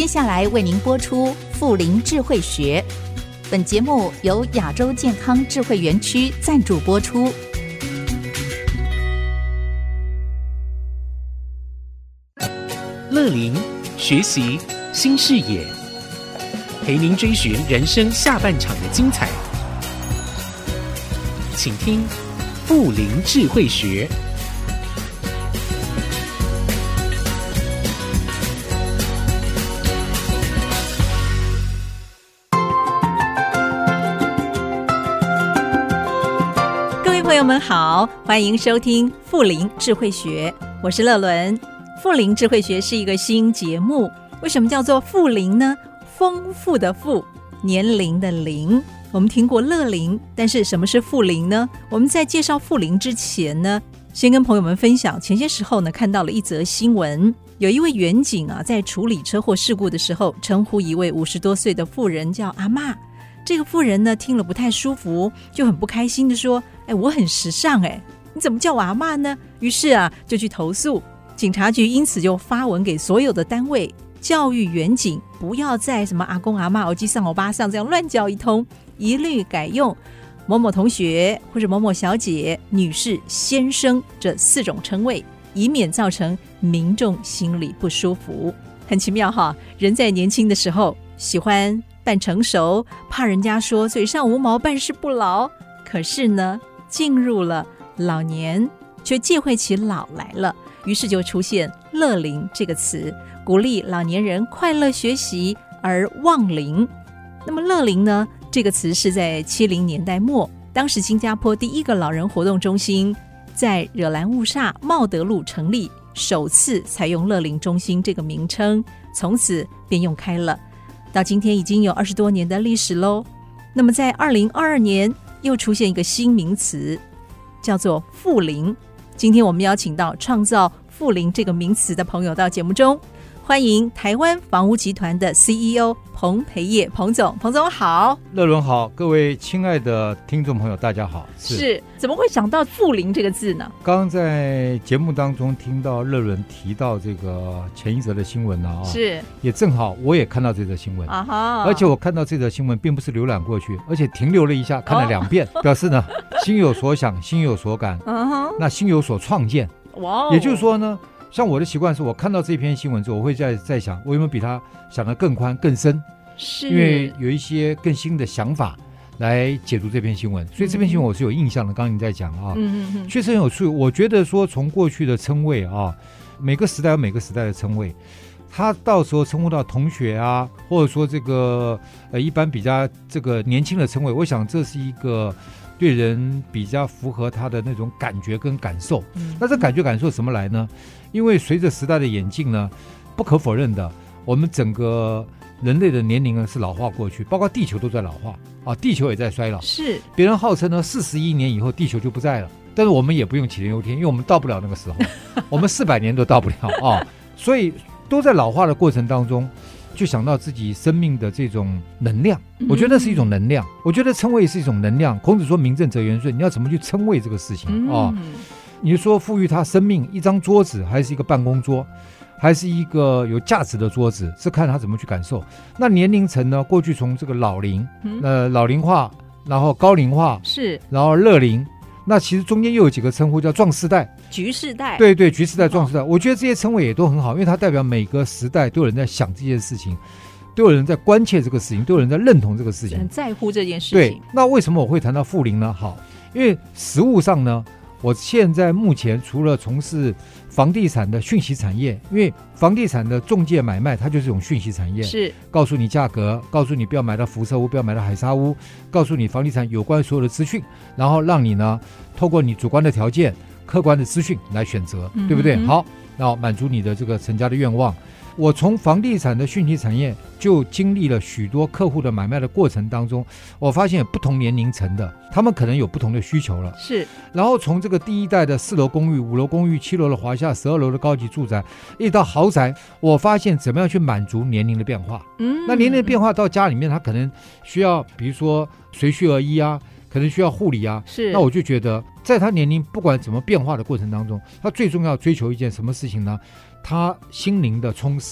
接下来为您播出富龄智慧学，本节目由亚洲健康智慧园区赞助播出。 乐龄学习新视野，陪您追寻人生下半场的精彩。请听富龄智慧学。 朋友们好，欢迎收听富龄智慧学，我是乐伦。富龄智慧学是一个新节目，为什么叫做富龄呢？丰富的富，年龄的龄。我们听过乐龄，但是什么是富龄呢？我们在介绍富龄之前呢，先跟朋友们分享，前些时候呢看到了一则新闻，有一位员警啊，在处理车祸事故的时候，称呼一位50多岁的妇人叫阿嬷。这个妇人呢听了不太舒服，就很不开心的说，我很时尚你怎么叫我阿嬷呢？于是啊就去投诉，警察局因此就发文给所有的单位，教育员警不要再什么阿公阿嬷欧吉桑欧巴桑这样乱叫一通，一律改用某某同学或者某某小姐、女士、先生这4种称谓，以免造成民众心里不舒服。很奇妙哈，人在年轻的时候喜欢扮成熟，怕人家说嘴上无毛办事不牢，可是呢进入了老年却忌讳起老来了，于是就出现乐龄这个词，鼓励老年人快乐学习而忘龄。那么乐龄呢这个词是在70年代末，当时新加坡第一个老人活动中心在惹兰乌萨茂德路成立，首次采用乐龄中心这个名称，从此便用开了，到今天已经有20多年的历史咯。那么在2022年又出现一个新名词，叫做富龄。今天我们邀请到创造富龄这个名词的朋友到节目中，欢迎台湾房屋集团的 CEO 彭培业彭总。彭总好。 乐伦好，各位亲爱的听众朋友大家好。 是怎么会想到富龄这个字呢？ 刚刚在节目当中听到乐伦提到这个前一则的新闻了是也正好我也看到这则新闻而且我看到这则新闻并不是浏览过去，而且停留了一下，看了2遍表示呢心有所想，心有所感那心有所创建也就是说呢，像我的习惯是，我看到这篇新闻之后，我会在想，我有没有比他想得更宽更深？是，因为有一些更新的想法来解读这篇新闻，所以这篇新闻我是有印象的。刚刚你在讲确实很有趣。我觉得说，从过去的称谓每个时代有每个时代的称谓，他到时候称呼到同学或者说这个一般比较这个年轻的称谓，我想这是一个对人比较符合他的那种感觉跟感受。那这感觉感受什么来呢？因为随着时代的演进呢，不可否认的，我们整个人类的年龄呢是老化过去，包括地球都在老化地球也在衰老。是，别人号称呢41年以后地球就不在了，但是我们也不用杞人忧天，因为我们到不了那个时候我们400年都到不了所以都在老化的过程当中，就想到自己生命的这种能量，我觉得那是一种能量，我觉得称谓是一种能量。孔子说名正则言顺，你要怎么去称谓这个事情你说赋予他生命，一张桌子还是一个办公桌，还是一个有价值的桌子，是看他怎么去感受。那年龄层呢，过去从这个老龄老龄化，然后高龄化，是，然后乐龄，那其实中间又有几个称呼叫壮世代、局世代，对，局世代、壮世代我觉得这些称谓也都很好，因为它代表每个时代都有人在想这件事情，都有人在关切这个事情，都有人在认同这个事情，很在乎这件事情。对，那为什么我会谈到富龄呢？好，因为实务上呢，我现在目前除了从事房地产的讯息产业，因为房地产的中介买卖它就是一种讯息产业，是告诉你价格，告诉你不要买到辐射屋，不要买到海沙屋，告诉你房地产有关所有的资讯，然后让你呢透过你主观的条件、客观的资讯来选择，对不对？好，然后满足你的这个成家的愿望。我从房地产的讯息产业就经历了许多客户的买卖的过程当中，我发现有不同年龄层的，他们可能有不同的需求了。是，然后从这个第一代的4楼公寓、5楼公寓、7楼的华夏、12楼的高级住宅，一直到豪宅，我发现怎么样去满足年龄的变化。那年龄的变化到家里面，他可能需要，比如说随需而依可能需要护理是，那我就觉得在他年龄不管怎么变化的过程当中，他最重要追求一件什么事情呢？他心灵的充实，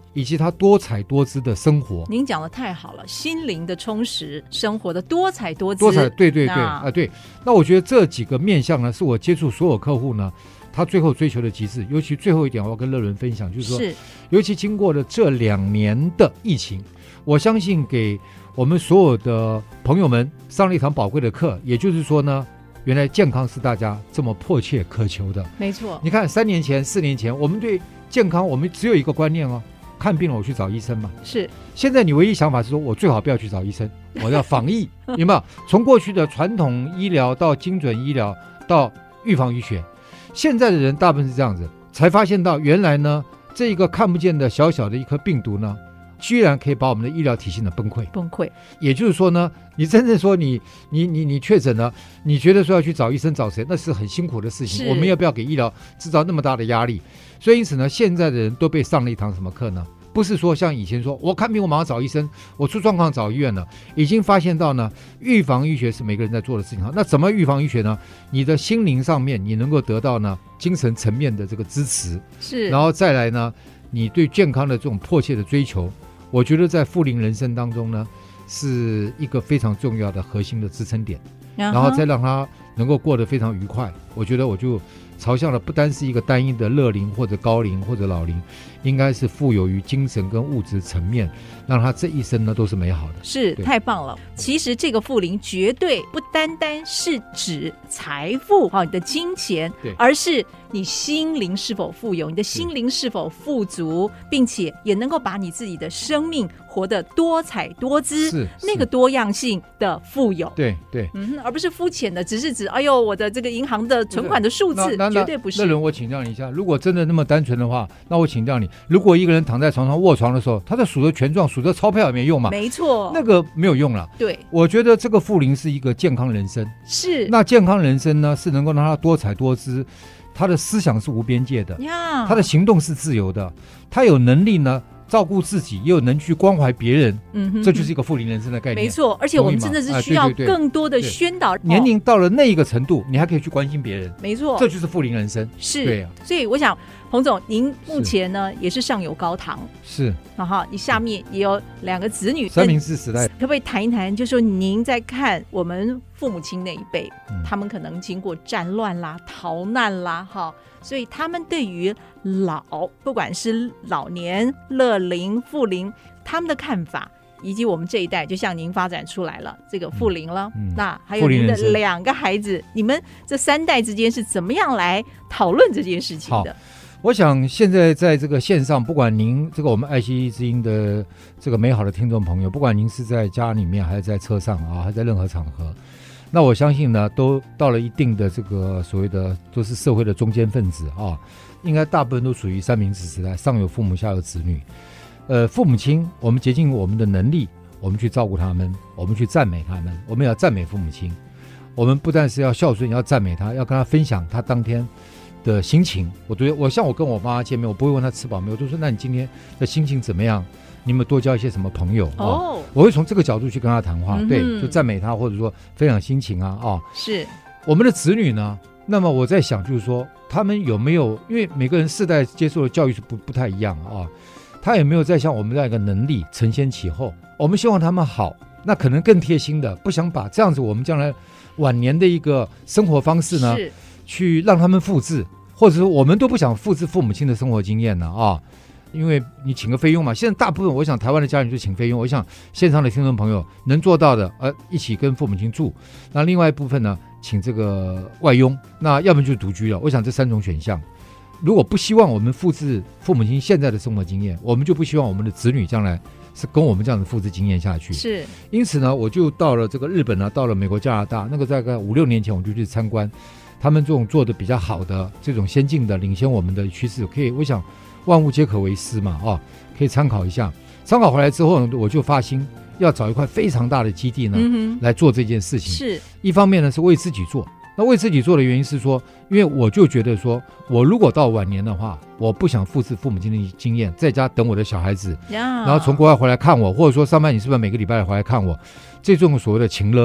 以及他多彩多姿的生活。 您讲的太好了，心灵的充实，生活的多彩多姿。 对对对对。那我觉得这几个面向呢，是我接触所有客户呢，他最后追求的极致。尤其最后一点，我要跟乐伦分享，就是说，尤其经过了这2年的疫情，我相信给我们所有的朋友们上了一堂宝贵的课。也就是说呢，原来健康是大家这么迫切渴求的。 没错。你看3年前、4年前，我们对健康，我们只有一个观念哦，看病了我去找医生嘛。 是。现在你唯一想法是说，我最好不要去找医生，我要防疫，有没有？从过去的传统医疗到精准医疗到预防医学，现在的人大部分是这样子，才发现到原来呢，这一个看不见的小小的一颗病毒呢，居然可以把我们的医疗体系的崩溃。也就是说呢，你真正说你确诊了，你觉得说要去找医生找谁，那是很辛苦的事情。我们要不要给医疗制造那么大的压力？所以因此呢，现在的人都被上了一堂什么课呢？不是说像以前说我看病我马上找医生，我出状况找医院了。已经发现到呢，预防医学是每个人在做的事情。那怎么预防医学呢？你的心灵上面你能够得到呢精神层面的这个支持，是，然后再来呢，你对健康的这种迫切的追求，我觉得在富龄人生当中呢，是一个非常重要的核心的支撑点，然后再让他能够过得非常愉快。我觉得我就朝向了不单是一个单一的乐龄或者高龄或者老龄，应该是富有于精神跟物质层面，让他这一生呢都是美好的。 是，太棒了。其实这个富龄绝对不单单是指财富，你的金钱，而是你心灵是否富有，你的心灵是否富足，并且也能够把你自己的生命活得多彩多姿，是那个多样性的富有。 对， 而不是肤浅的，只是指哎呦我的这个银行的存款的数字，绝对不是。 乐伦，我请教你一下，如果真的那么单纯的话，那我请教你，如果一个人躺在床上卧床的时候，他在数着权状、数着钞票也没用嘛？ 没错， 那个没有用了。 对， 我觉得这个富龄是一个健康人生。 是， 那健康人生呢，是能够让他多彩多姿，他的思想是无边界的，他的行动是自由的，他有能力呢照顾自己，也有能去关怀别人。这就是一个富龄人生的概念。 没错，而且我们真的是需要更多的宣导。 年龄到了那一个程度，你还可以去关心别人。 没错， 这就是富龄人生。 是， 对啊。 所以我想，彭总，您目前呢也是上有高堂， 是， 你下面也有2个子女， 三明治时代， 可不可以谈一谈？就是说您在看我们父母亲那一辈，他们可能经过战乱啦、逃难啦，所以他们对于老，不管是老年、乐龄、富龄，他们的看法，以及我们这一代，就像您发展出来了这个富龄了，那还有您的2个孩子，你们这3代之间是怎么样来讨论这件事情的？ 我想现在在这个线上，不管您这个我们爱惜之音的这个美好的听众朋友，不管您是在家里面还是在车上还是在任何场合，那我相信呢，都到了一定的这个所谓的都是社会的中间分子应该大部分都属于三明治时代，上有父母下有子女。父母亲，我们竭尽我们的能力，我们去照顾他们，我们去赞美他们，我们要赞美父母亲。我们不但是要孝顺，要赞美他，要跟他分享他当天的心情。我像我跟我妈见面，我不会问他吃饱没有，我就说那你今天的心情怎么样？你有没有多交一些什么朋友？我会从这个角度去跟他谈话，对，就赞美他，或者说分享心情是我们的子女呢？那么我在想，就是说他们有没有，因为每个人世代接受的教育是不太一样他有没有在像我们这样一个能力承先启后？我们希望他们好，那可能更贴心的，不想把这样子我们将来晚年的一个生活方式呢，去让他们复制，或者说我们都不想复制父母亲的生活经验呢因为你请个菲佣嘛，现在大部分我想台湾的家人就请菲佣，我想线上的听众朋友能做到的一起跟父母亲住，那另外一部分呢请这个外佣，那要么就是独居了。我想这3种选项，如果不希望我们复制父母亲现在的生活经验，我们就不希望我们的子女将来是跟我们这样的复制经验下去。 是，因此呢，我就到了这个日本呢，到了美国、加拿大，那个大概5-6年前我就去参观他们这种做的比较好的这种先进的领先我们的趋势，可以我想万物皆可为师嘛可以参考一下。参考回来之后呢，我就发心要找一块非常大的基地呢，来做这件事情。 是， 一方面呢是为自己做，那为自己做的原因是说，因为我就觉得说，我如果到晚年的话，我不想复制父母亲的经验，在家等我的小孩子，然后从国外回来看我，或者说上班你是不是每个礼拜回来看我，这种所谓的情勒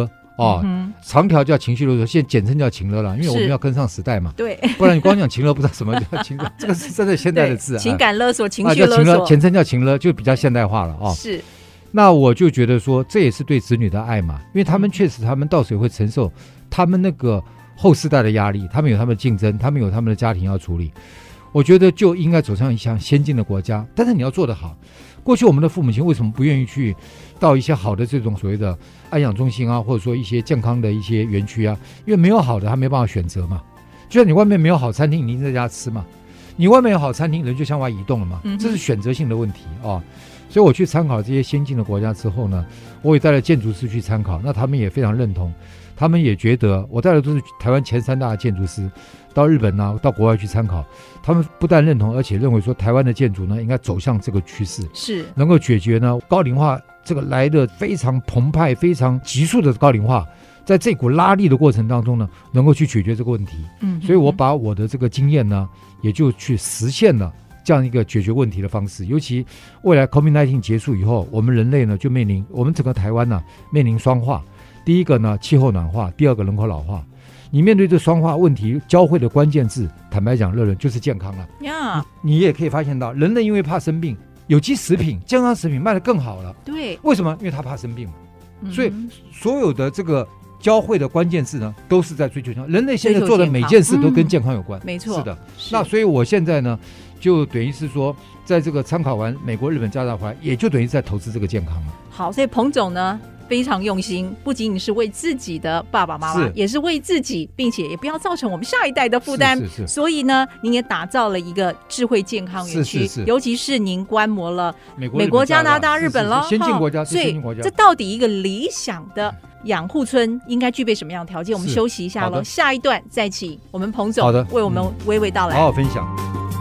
长条叫情绪勒索，现在简称叫情勒了，因为我们要跟上时代嘛。 对， 不然你光讲情勒不知道什么叫情勒，这个是真的现代的字。 情感勒索、情绪勒索， 简称叫情勒，就比较现代化了是。 那我就觉得说，这也是对子女的爱嘛，因为他们确实，他们到时候会承受他们那个后世代的压力，他们有他们的竞争，他们有他们的家庭要处理。我觉得就应该走向一项先进的国家，但是你要做得好。过去我们的父母亲为什么不愿意去到一些好的这种所谓的安养中心啊，或者说一些健康的一些园区啊？因为没有好的，他没办法选择嘛。就像你外面没有好餐厅，你一定在家吃嘛。你外面有好餐厅，人就向外移动了嘛。这是选择性的问题所以我去参考这些先进的国家之后呢，我也带了建筑师去参考，那他们也非常认同，他们也觉得我带的都是台湾前3大的建筑师，到日本啊，到国外去参考，他们不但认同，而且认为说台湾的建筑呢应该走向这个趋势， 是能够解决呢高龄化这个来的非常澎湃、非常急速的高龄化，在这股拉力的过程当中呢，能够去解决这个问题。所以我把我的这个经验呢，也就去实现了这样一个解决问题的方式。尤其未来 COVID-19 结束以后，我们人类呢就面临，我们整个台湾呢面临双化。第一个呢气候暖化，第二个人口老化。你面对这双化问题，交汇的关键字，坦白讲，乐伦就是健康了。你也可以发现到，人类因为怕生病，有机食品、健康食品卖得更好了。 对， 为什么？因为他怕生病嘛。所以所有的这个交汇的关键字呢，都是在追求健康。人类现在做的每件事都跟健康有关。 没错， 是的。那所以我现在呢，就等于是说，在这个参考完美国、日本、加拿大回来，也就等于在投资这个健康了。 好，所以彭总呢非常用心，不仅仅是为自己的爸爸妈妈，也是为自己，并且也不要造成我们下一代的负担。所以呢，您也打造了一个智慧健康园区，尤其是您观摩了美国、加拿大、日本了， 先进国家。 所以这到底一个理想的养护村应该具备什么样的条件？我们休息一下了，下一段再请我们彭总为我们娓娓道来， 好好分享。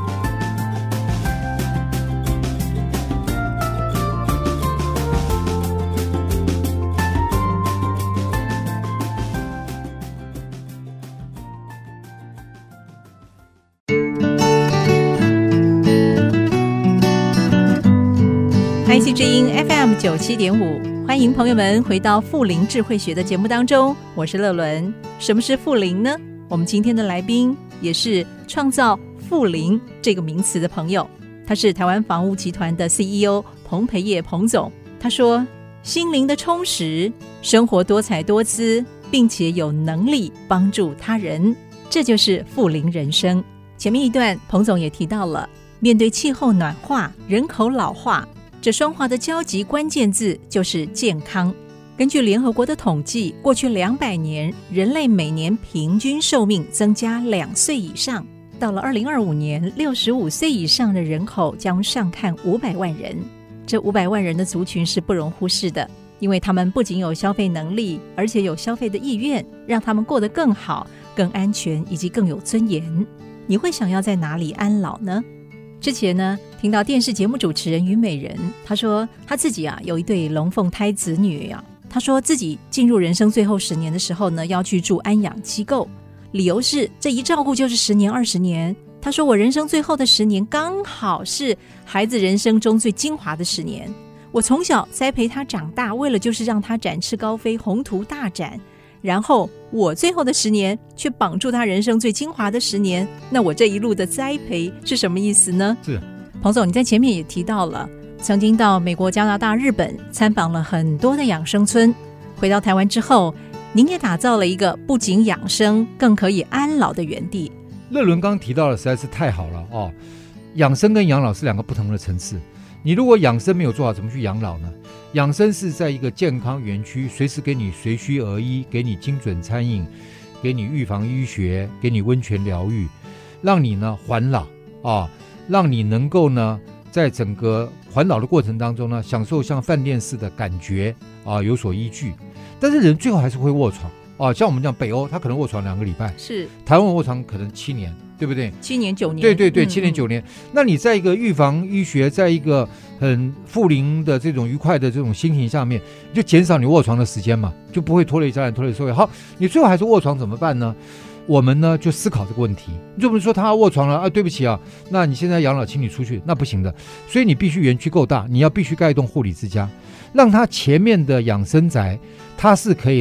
IC 之音 FM97.5， 欢迎朋友们回到富龄智慧学的节目当中，我是乐伦。什么是富龄呢？我们今天的来宾也是创造富龄这个名词的朋友，他是台湾房屋集团的 CEO 彭培业彭总。他说，心灵的充实，生活多彩多姿，并且有能力帮助他人，这就是富龄人生。前面一段彭总也提到了，面对气候暖化、人口老化，这双化的交集关键字就是健康。根据联合国的统计，过去200年，人类每年平均寿命增加2岁以上，到了2025年，65岁以上的人口将上看500万人。这500万人的族群是不容忽视的，因为他们不仅有消费能力，而且有消费的意愿，让他们过得更好、更安全以及更有尊严。你会想要在哪里安老呢？之前呢，听到电视节目主持人虞美人，他说他自己有一对龙凤胎子女他说自己进入人生最后10年的时候呢，要去住安养机构，理由是这一照顾就是10年20年。他说我人生最后的10年刚好是孩子人生中最精华的10年，我从小栽培他长大，为了就是让他展翅高飞，宏图大展，然后我最后的10年却绑住他人生最精华的10年，那我这一路的栽培是什么意思呢？ 是彭总，你在前面也提到了曾经到美国、加拿大、日本参访了很多的养生村，回到台湾之后，您也打造了一个不仅养生更可以安老的园地。 乐伦刚提到的实在是太好了养生跟养老是2个不同的层次。你如果养生没有做好，怎么去养老呢？养生是在一个健康园区，随时给你随需而医，给你精准餐饮，给你预防医学，给你温泉疗愈，让你呢缓老让你能够呢在整个缓老的过程当中呢，享受像饭店式的感觉有所依据。但是人最后还是会卧床像我们讲北欧，他可能卧床2个礼拜， 是台湾卧床可能7年，对不对 ？7年9年， 对对对，7年9年。那你在一个预防医学，在一个很富龄的这种愉快的这种心情下面，就减少你卧床的时间嘛，就不会拖累家人，拖累社会。好，你最后还是卧床怎么办呢？我们呢就思考这个问题。你就不是说他卧床了对不起那你现在养老请你出去，那不行的。所以你必须园区够大，你要必须盖一栋护理之家，让他前面的养生宅，它是可以呢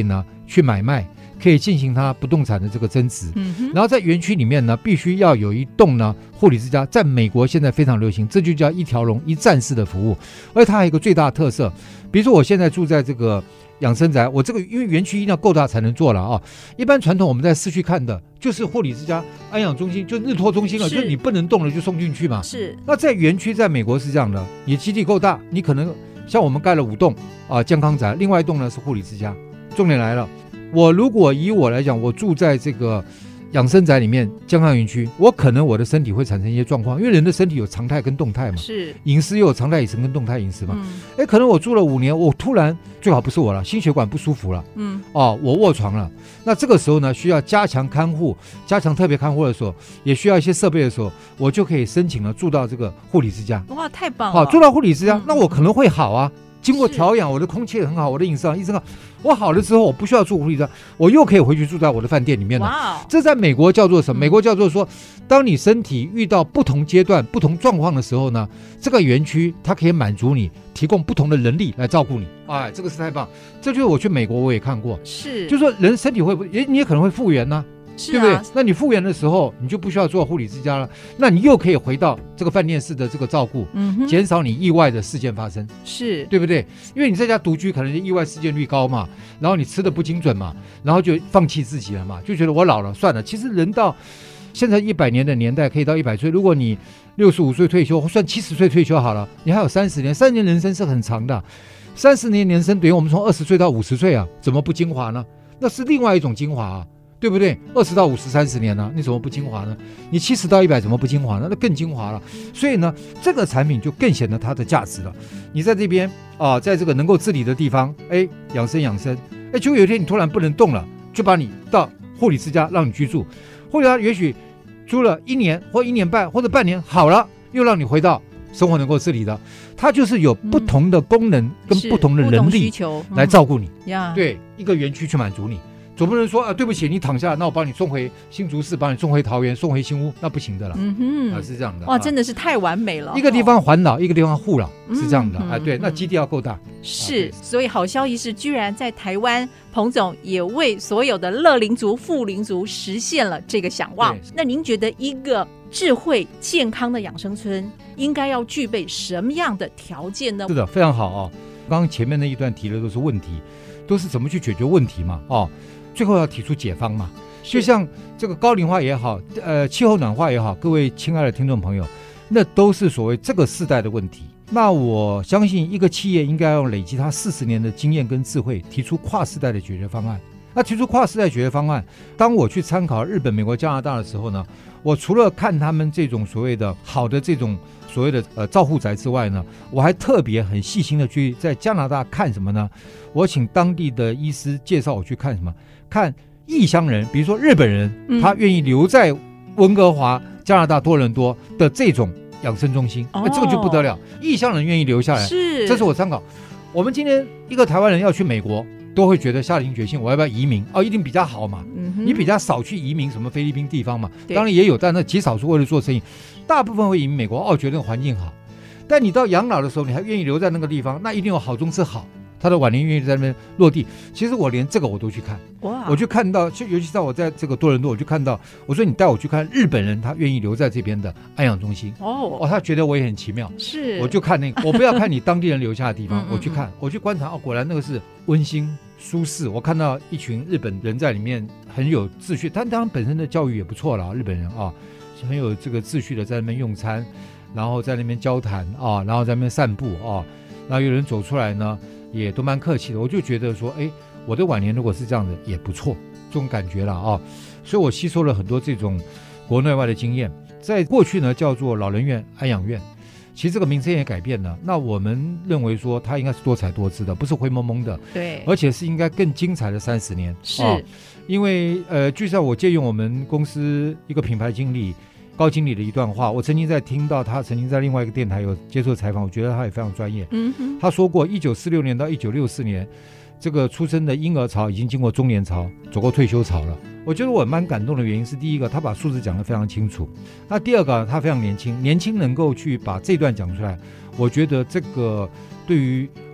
去买卖，可以进行它不动产的这个增值。然后在园区里面呢，必须要有一栋呢护理之家，在美国现在非常流行，这就叫一条龙一站式的服务。而且它还有一个最大的特色，比如说我现在住在这个养生宅，我这个因为园区一定要够大才能做了啊。一般传统我们在市区看的就是护理之家、安养中心，就日托中心了，就是你不能动了就送进去嘛。 是。 那在园区在美国是这样的，你基地够大，你可能像我们盖了5栋健康宅，另外一栋呢是护理之家。重点来了，如果以我来讲，我住在这个养生宅里面健康园区，我可能我的身体会产生一些状况，因为人的身体有常态跟动态嘛，是饮食又有常态饮食跟动态饮食嘛。可能我住了5年，我突然最好不是我了，心血管不舒服了，我卧床了，那这个时候呢，需要加强看护，加强特别看护的时候，也需要一些设备的时候，我就可以申请了住到这个护理之家。 哇，太棒了！ 住到护理之家，那我可能会好啊。经过调养，我的空气也很好，我的饮食好，医生好，我好了之后，我不需要住护理站，我又可以回去住在我的饭店里面了。这在美国叫做什么？美国叫做说，当你身体遇到不同阶段、不同状况的时候呢，这个园区它可以满足你，提供不同的能力来照顾你。这个是太棒。这就是我去美国我也看过，是，就是说人身体会你也可能会复原呢。对不对？那你复原的时候，你就不需要做护理之家了，那你又可以回到这个饭店式的这个照顾，减少你意外的事件发生，是对不对？因为你在家独居，可能意外事件率高嘛，然后你吃的不精准嘛，然后就放弃自己了嘛，就觉得我老了算了。其实人到现在100年的年代，可以到100岁，如果你65岁退休，算70岁退休好了，你还有30年，30年人生是很长的，30年人生等于我们从20岁到50岁啊，怎么不精华呢？那是另外一种精华啊。对不对？20到50、30年呢，你怎么不精华呢？你70到100怎么不精华呢？那更精华了。所以呢，这个产品就更显得它的价值了。你在这边在这个能够自理的地方，养生，就有一天你突然不能动了，就把你到护理之家让你居住，或者他也许住了1年或1年半或者半年好了，又让你回到生活能够自理的。它就是有不同的功能跟不同的能力来照顾你。对，一个园区去满足你。总不能说对不起，你躺下，那我帮你送回新竹市，帮你送回桃园，送回新屋，那不行的了。是这样的。 哇，真的是太完美了。 一个地方环老，一个地方护老，是这样的。对，那基地要够大。 是，所以好消息是，居然在台湾，彭总也为所有的乐龄族、富龄族实现了这个想望。那您觉得一个智慧健康的养生村应该要具备什么样的条件呢？ 是的，非常好刚刚前面那一段提的都是问题，都是怎么去解决问题嘛。最后要提出解方嘛，就像这个高龄化也好，气候暖化也好，各位亲爱的听众朋友，那都是所谓这个世代的问题。那我相信一个企业应该要累积它40年的经验跟智慧，提出跨世代的解决方案。那提出跨世代解决方案，当我去参考日本、美国、加拿大的时候呢，我除了看他们这种所谓的好的这种所谓的照护宅之外呢，我还特别很细心的去在加拿大看什么呢？我请当地的医师介绍我去看什么？看异乡人，比如说日本人，他愿意留在温哥华、加拿大多伦多的这种养生中心，这个就不得了。异乡人愿意留下来，这是我参考。我们今天一个台湾人要去美国，都会觉得下定决心，我要不要移民？一定比较好嘛。你比较少去移民什么菲律宾地方嘛，当然也有，但那极少数为了做生意，大部分会移民美国。觉得那个环境好。但你到养老的时候，你还愿意留在那个地方，那一定有好中之好。他的晚年愿意在那边落地，其实我连这个我都去看，我去看到，尤其在我在这个多伦多，我就看到，我说你带我去看日本人，他愿意留在这边的安养中心，他觉得我也很奇妙，是，我就看那个，我不要看你当地人留下的地方，我去看，我去观察，果然那个是温馨舒适，我看到一群日本人在里面很有秩序，但当然本身的教育也不错了，日本人很有这个秩序的在那边用餐，然后在那边交谈然后在那边散步然后有人走出来呢。也都蛮客气的，我就觉得说，我的晚年如果是这样的也不错，这种感觉了所以我吸收了很多这种国内外的经验。在过去呢叫做老人院、安养院，其实这个名称也改变了。那我们认为说它应该是多彩多姿的，不是灰蒙蒙的，对，而且是应该更精彩的30年。是，因为据说我借用我们公司一个品牌经理。高经理的一段话，我曾经在听到他曾经在另外一个电台有接受采访，我觉得他也非常专业。他说过1946年到1964年这个出生的婴儿潮已经经过中年潮，走过退休潮了。我觉得我蛮感动的原因是，第一个他把数字讲得非常清楚，那第二个他非常年轻能够去把这段讲出来，我觉得这个对于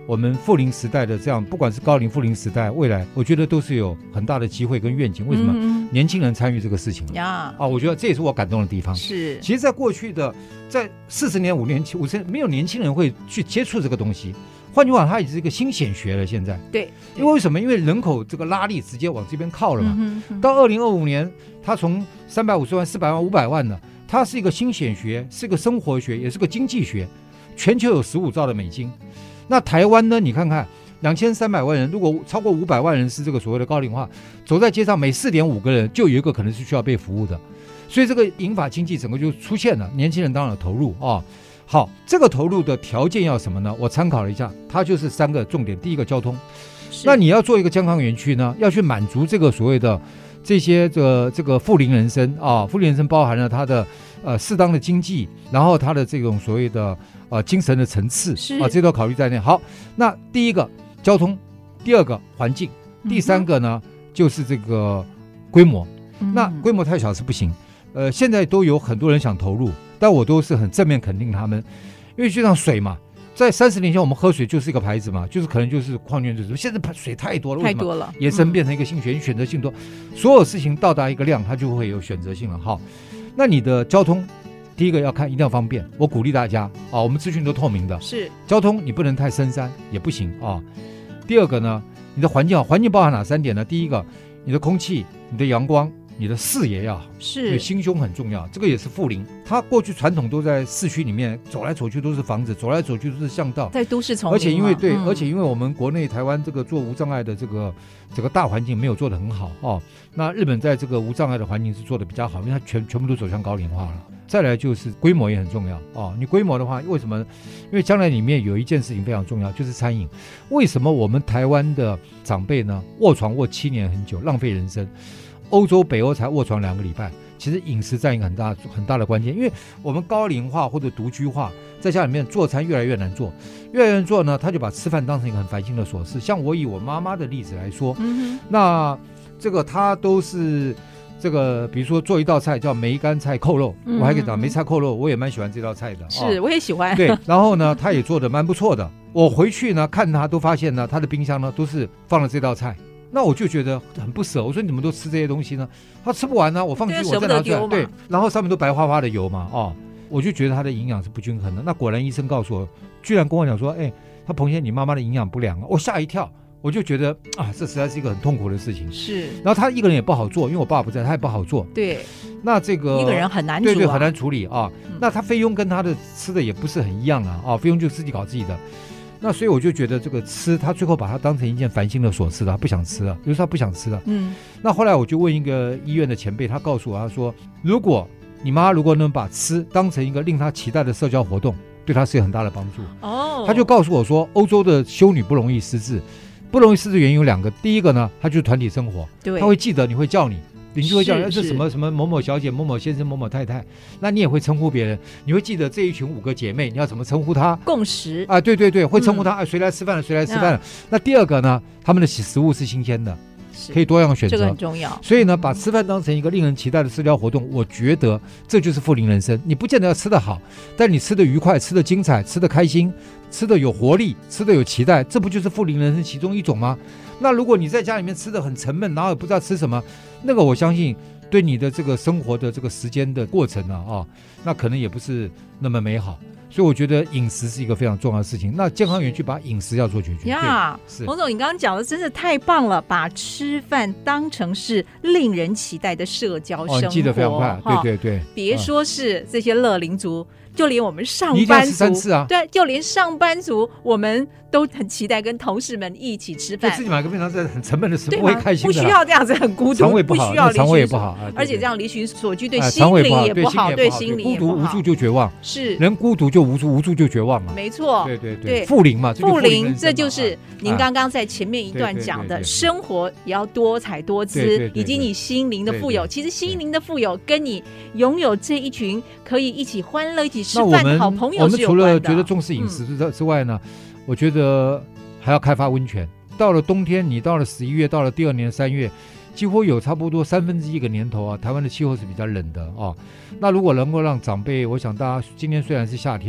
我们富龄时代的这样，不管是高龄富龄时代，未来我觉得都是有很大的机会跟愿景。为什么？年轻人参与这个事情呀？我觉得这也是我感动的地方。 是， 其实，在过去的在40年、5年、50年，没有年轻人会去接触这个东西。换句话，它已经是一个新显学了。现在， 对， 因为什么？因为人口这个拉力直接往这边靠了嘛。到2025年，它从350万、400万、500万呢，它是一个新显学，是个生活学，也是个经济学。全球有15兆的美金。那台湾呢？你看看2300万人，如果超过500万人是这个所谓的高龄化，走在街上每4.5个人就有一个可能是需要被服务的，所以这个银发经济整个就出现了。年轻人当然有投入啊。好，这个投入的条件要什么呢？我参考了一下，它就是3个重点。第一个，交通。那你要做一个健康园区呢，要去满足这个所谓的这些这个富龄人生啊，富龄人生包含了它的适当的经济，然后它的这种所谓的精神的层次这都要考虑在内。好，那第一个交通，第二个环境，第3个呢就是这个规模。那规模太小是不行。现在都有很多人想投入，但我都是很正面肯定他们，因为就像水嘛，在30年前我们喝水就是一个牌子嘛，就是可能就是矿泉水，现在水太多了， 太多了， 延伸变成一个性选择性多，所有事情到达一个量，它就会有选择性了。好，那你的交通，第一个要看一定要方便，我鼓励大家我们资讯都透明的， 是交通你不能太深山也不行啊。第二个呢，你的环境包含哪3点呢？第一个，你的空气、你的阳光、你的视野要好， 是心胸很重要，这个也是富龄。他过去传统都在市区里面走来走去都是房子，走来走去都是巷道， 在都市丛林， 而且因为而且因为我们国内台湾这个做无障碍的这个大环境没有做得很好那日本在这个无障碍的环境是做得比较好，因为它全部都走向高龄化了。再来就是规模也很重要你规模的话，为什么？因为将来里面有一件事情非常重要，就是餐饮。为什么我们台湾的长辈呢卧床卧7年很久，浪费人生？欧洲、北欧才卧床2个礼拜，其实饮食占一个很大的关键，因为我们高龄化或者独居化，在家里面做餐越来越难做，呢，他就把吃饭当成一个很烦心的琐事。像我以我妈妈的例子来说，那这个她都是这个，比如说做一道菜叫梅干菜扣肉，我还可以讲梅菜扣肉，我也蛮喜欢这道菜的， 是我也喜欢。 对，然后呢，她也做的蛮不错的。我回去呢看她，都发现呢，她的冰箱呢都是放了这道菜。那我就觉得很不舍，我说你们都吃这些东西呢？他吃不完呢，我放弃我再拿出来，对，然后上面都白花花的油嘛，我就觉得它的营养是不均衡的。那果然医生告诉我，居然跟我讲说，他彭先生你妈妈的营养不良我吓一跳，我就觉得这实在是一个很痛苦的事情。 是， 然后他一个人也不好做，因为我爸不在，他也不好做。 对， 那这个一个人很难做， 对，很难处理那他菲佣跟他的吃的也不是很一样菲佣就自己搞自己的。那所以我就觉得这个吃，他最后把它当成一件烦心的琐事了，他不想吃了，比如说他不想吃了。那后来我就问一个医院的前辈，他告诉我，他说，如果你妈如果能把吃当成一个令他期待的社交活动，对他是有很大的帮助。他就告诉我说，欧洲的修女不容易失智，原因有2个，第一个呢，他就是团体生活，他会记得你会叫你。邻居会叫人是什么什么某某小姐、某某先生、某某太太，那你也会称呼别人，你会记得这一群5个姐妹，你要怎么称呼她？ 共识对，会称呼她谁来吃饭了，谁来吃饭了。那第2个呢，他们的食物是新鲜的，可以多样选择， 这个很重要。 所以呢，把吃饭当成一个令人期待的社交活动，我觉得这就是富龄人生。你不见得要吃得好，但你吃得愉快、吃得精彩、吃得开心、吃得有活力、吃得有期待，这不就是富龄人生其中一种吗？那如果你在家里面吃得很沉闷，然后也不知道吃什么，那个我相信对你的这个生活的这个时间的过程那可能也不是那么美好。所以我觉得饮食是一个非常重要的事情。那健康园区把饮食要做解决呀。洪总，你刚刚讲的真是太棒了，把吃饭当成是令人期待的社交生活。 记得非常快，对， 别说是这些乐龄族，就连我们上班族，对，就连上班族，我们都很期待跟同事们一起吃饭。 自己买个便当是很沉闷的事，不会开心的， 不需要这样子很孤独， 肠胃不好， 不需要肠胃也不好， 而且这样离群索居，对心灵也不好，对心灵也不好。 孤独无助就绝望， 是人孤独就无助，无助就绝望了。 没错， 对，富龄嘛， 富龄这就是您刚刚在前面一段讲的，生活也要多彩多姿，以及你心灵的富有。其实心灵的富有跟你拥有这一群可以一起欢乐、一起吃饭的好朋友是有关的。 我们除了觉得重视饮食之外呢，我觉得还要开发温泉。到了冬天，你到了11月，到了第2年3月，几乎有差不多1/3个年头台湾的气候是比较冷的那如果能够让长辈，我想大家今天虽然是夏天，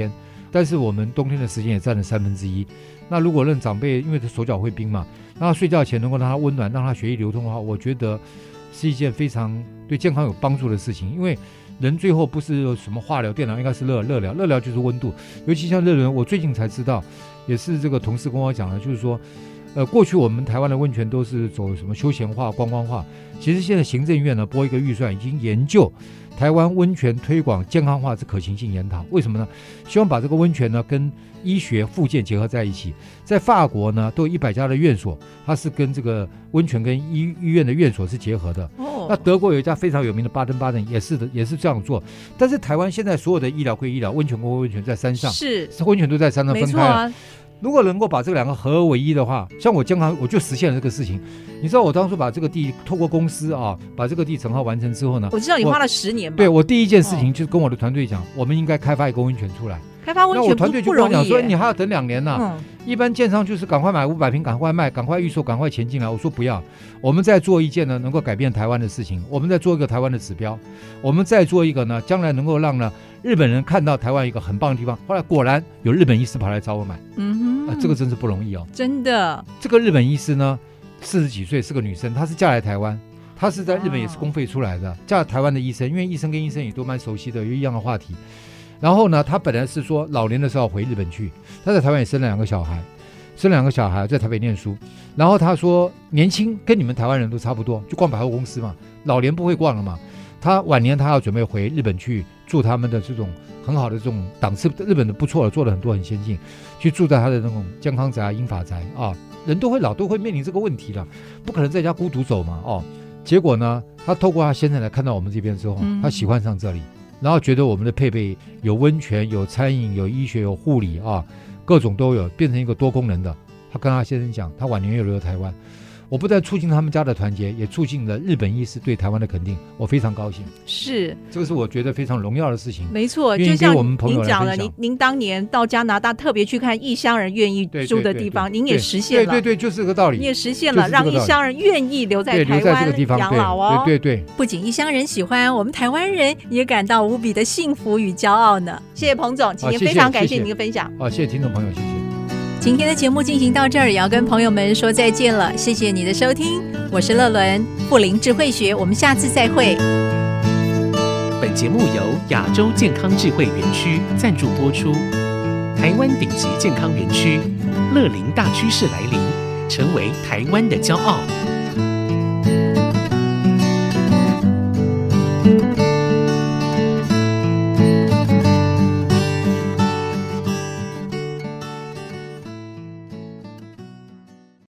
但是我们冬天的时间也占了1/3。那如果让长辈，因为他手脚会冰嘛，让他睡觉前能够让他温暖，让他血液流通的话，我觉得是一件非常对健康有帮助的事情。因为人最后不是有什么化疗、电疗，应该是热疗，热疗就是温度。尤其像热疗，我最近才知道，也是这个同事跟我讲的，就是说过去我们台湾的温泉都是走什么休闲化、观光化，其实现在行政院呢拨一个预算，已经研究台湾温泉推广健康化之可行性研讨。为什么呢？希望把这个温泉呢跟医学复健结合在一起。在法国呢都有100家的院所，它是跟这个温泉跟医院的院所是结合的。那德国有一家非常有名的巴登也是这样做。但是台湾现在所有的医疗归医疗，温泉归温泉，在山上，是温泉都在山上分开了。如果能够把这两个合而为一的话，像我健康我就实现了这个事情。你知道我当初把这个地透过公司把这个地整合完成之后呢， 我知道你花了10年吧。 对，我第一件事情就是跟我的团队讲，我们应该开发一个温泉出来。 开发温泉那我团队就跟我讲说，你还要等2年呢。一般建商就是赶快买500瓶，赶快卖，赶快预售，赶快钱进来。我说不要，我们再做一件呢能够改变台湾的事情，我们再做一个台湾的指标，我们再做一个呢将来能够让呢日本人看到台湾一个很棒的地方。后来果然有日本医师跑来找我买，这个真是不容易真的。 这个日本医师呢40几岁，是个女生，她是嫁来台湾，她是在日本也是公费出来的，嫁台湾的医生，因为医生跟医生也都蛮熟悉的，有一样的话题。然后呢，他本来是说老年的时候要回日本去，他在台湾也生了2个小孩，在台北念书。然后他说年轻跟你们台湾人都差不多，就逛百货公司嘛，老年不会逛了嘛。他晚年他要准备回日本去住他们的这种很好的这种档次，日本的不错的，做了很多很先进，去住在他的那种健康宅、英法宅人都会老，都会面临这个问题了，不可能在家孤独走嘛结果呢，他透过他先生来看到我们这边之后，他喜欢上这里。然后觉得我们的配备有温泉、有餐饮、有医学、有护理各种都有，变成一个多功能的。他跟他先生讲，他晚年又留在台湾。我不但促进他们家的团结，也促进了日本医师对台湾的肯定，我非常高兴。 是， 这个是我觉得非常荣耀的事情。 没错，就像您讲了，您当年到加拿大特别去看异乡人愿意住的地方，您也实现了。 对，就是这个道理。 你也实现了，让异乡人愿意留在台湾养老对。 不仅异乡人喜欢，我们台湾人也感到无比的幸福与骄傲呢。谢谢彭总，今天非常感谢您的分享。 谢谢听众朋友，谢谢。 今天的节目进行到这儿，也要跟朋友们说再见了。谢谢你的收听，我是乐伦，富林智慧学，我们下次再会。 本节目由亚洲健康智慧园区赞助播出。台湾顶级健康园区，乐龄大趋势来临，成为台湾的骄傲。